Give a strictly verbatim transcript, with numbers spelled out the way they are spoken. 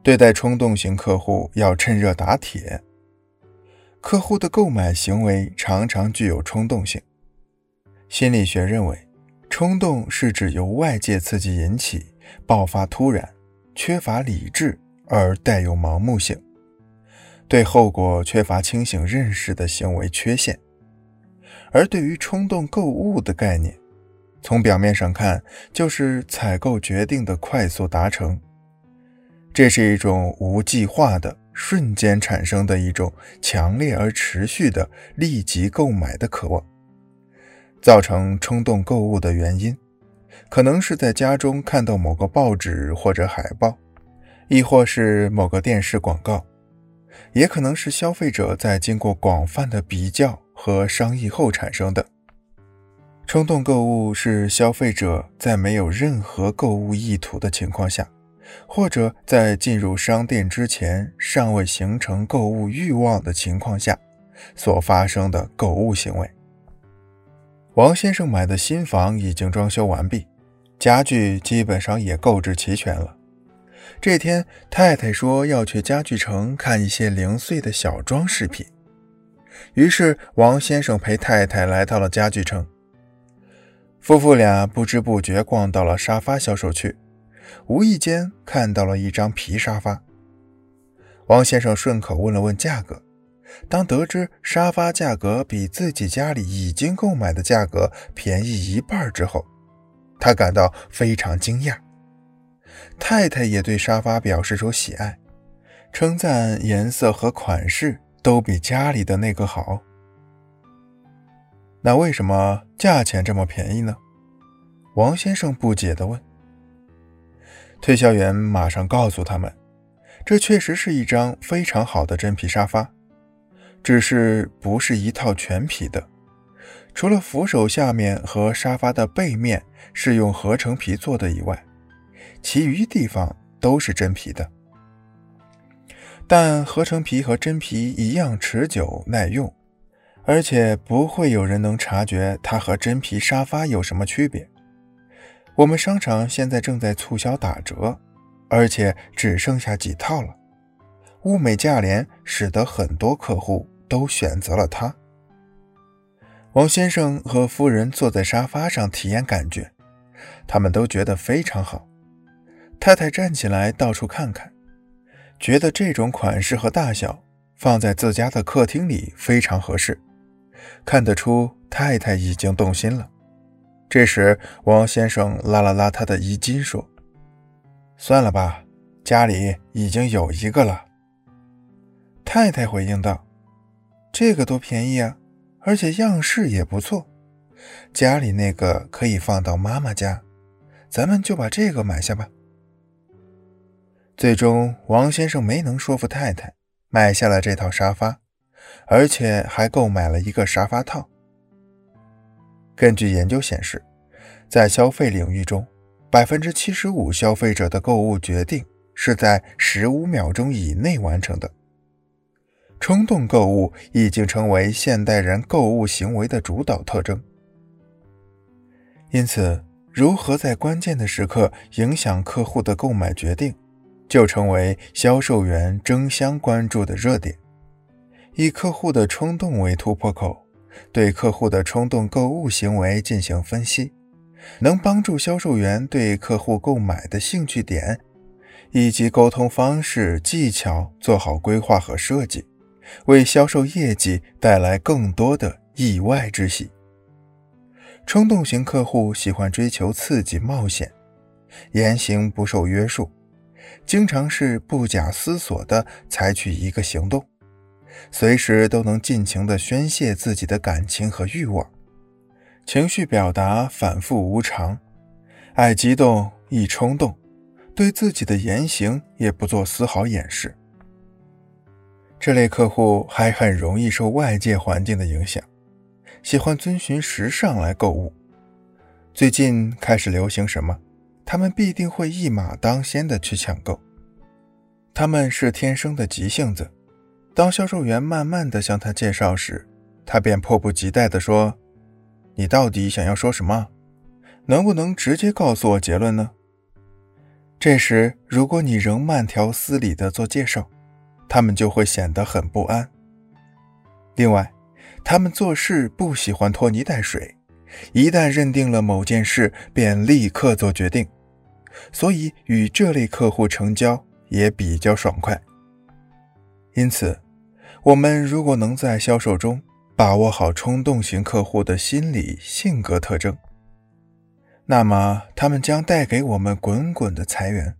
对待冲动型客户要趁热打铁。客户的购买行为常常具有冲动性。心理学认为，冲动是指由外界刺激引起，爆发突然，缺乏理智而带有盲目性，对后果缺乏清醒认识的行为缺陷。而对于冲动购物的概念，从表面上看，就是采购决定的快速达成。这是一种无计划的、瞬间产生的一种强烈而持续的立即购买的渴望。造成冲动购物的原因，可能是在家中看到某个报纸或者海报，亦或是某个电视广告，也可能是消费者在经过广泛的比较和商议后产生的。冲动购物是消费者在没有任何购物意图的情况下，或者在进入商店之前尚未形成购物欲望的情况下所发生的购物行为。王先生买的新房已经装修完毕，家具基本上也购置齐全了。这天，太太说要去家具城看一些零碎的小装饰品，于是王先生陪太太来到了家具城。夫妇俩不知不觉逛到了沙发销售区，无意间看到了一张皮沙发。王先生顺口问了问价格，当得知沙发价格比自己家里已经购买的价格便宜一半之后，他感到非常惊讶。太太也对沙发表示出喜爱，称赞颜色和款式都比家里的那个好。那为什么价钱这么便宜呢？王先生不解地问。推销员马上告诉他们，这确实是一张非常好的真皮沙发，只是不是一套全皮的，除了扶手下面和沙发的背面是用合成皮做的以外，其余地方都是真皮的。但合成皮和真皮一样持久耐用，而且不会有人能察觉它和真皮沙发有什么区别。我们商场现在正在促销打折，而且只剩下几套了，物美价廉使得很多客户都选择了它。王先生和夫人坐在沙发上体验感觉，他们都觉得非常好。太太站起来到处看看，觉得这种款式和大小放在自家的客厅里非常合适，看得出太太已经动心了。这时王先生拉了拉他的衣襟说，算了吧，家里已经有一个了。太太回应道，这个多便宜啊，而且样式也不错，家里那个可以放到妈妈家，咱们就把这个买下吧。最终王先生没能说服太太买下了这套沙发，而且还购买了一个沙发套。根据研究显示，在消费领域中 百分之七十五 消费者的购物决定是在十五秒钟以内完成的。冲动购物已经成为现代人购物行为的主导特征。因此，如何在关键的时刻影响客户的购买决定，就成为销售员争相关注的热点。以客户的冲动为突破口，对客户的冲动购物行为进行分析，能帮助销售员对客户购买的兴趣点以及沟通方式技巧做好规划和设计，为销售业绩带来更多的意外之喜。冲动型客户喜欢追求刺激冒险，言行不受约束，经常是不假思索地采取一个行动，随时都能尽情地宣泄自己的感情和欲望，情绪表达反复无常，爱激动易冲动，对自己的言行也不做丝毫掩饰。这类客户还很容易受外界环境的影响，喜欢遵循时尚来购物。最近开始流行什么，他们必定会一马当先的去抢购。他们是天生的急性子，当销售员慢慢地向他介绍时，他便迫不及待地说，你到底想要说什么？能不能直接告诉我结论呢？ 这时，如果你仍慢条斯理地做介绍，他们就会显得很不安。另外，他们做事不喜欢拖泥带水，一旦认定了某件事，便立刻做决定，所以与这类客户成交也比较爽快。因此，我们如果能在销售中把握好冲动型客户的心理性格特征，那么他们将带给我们滚滚的财源。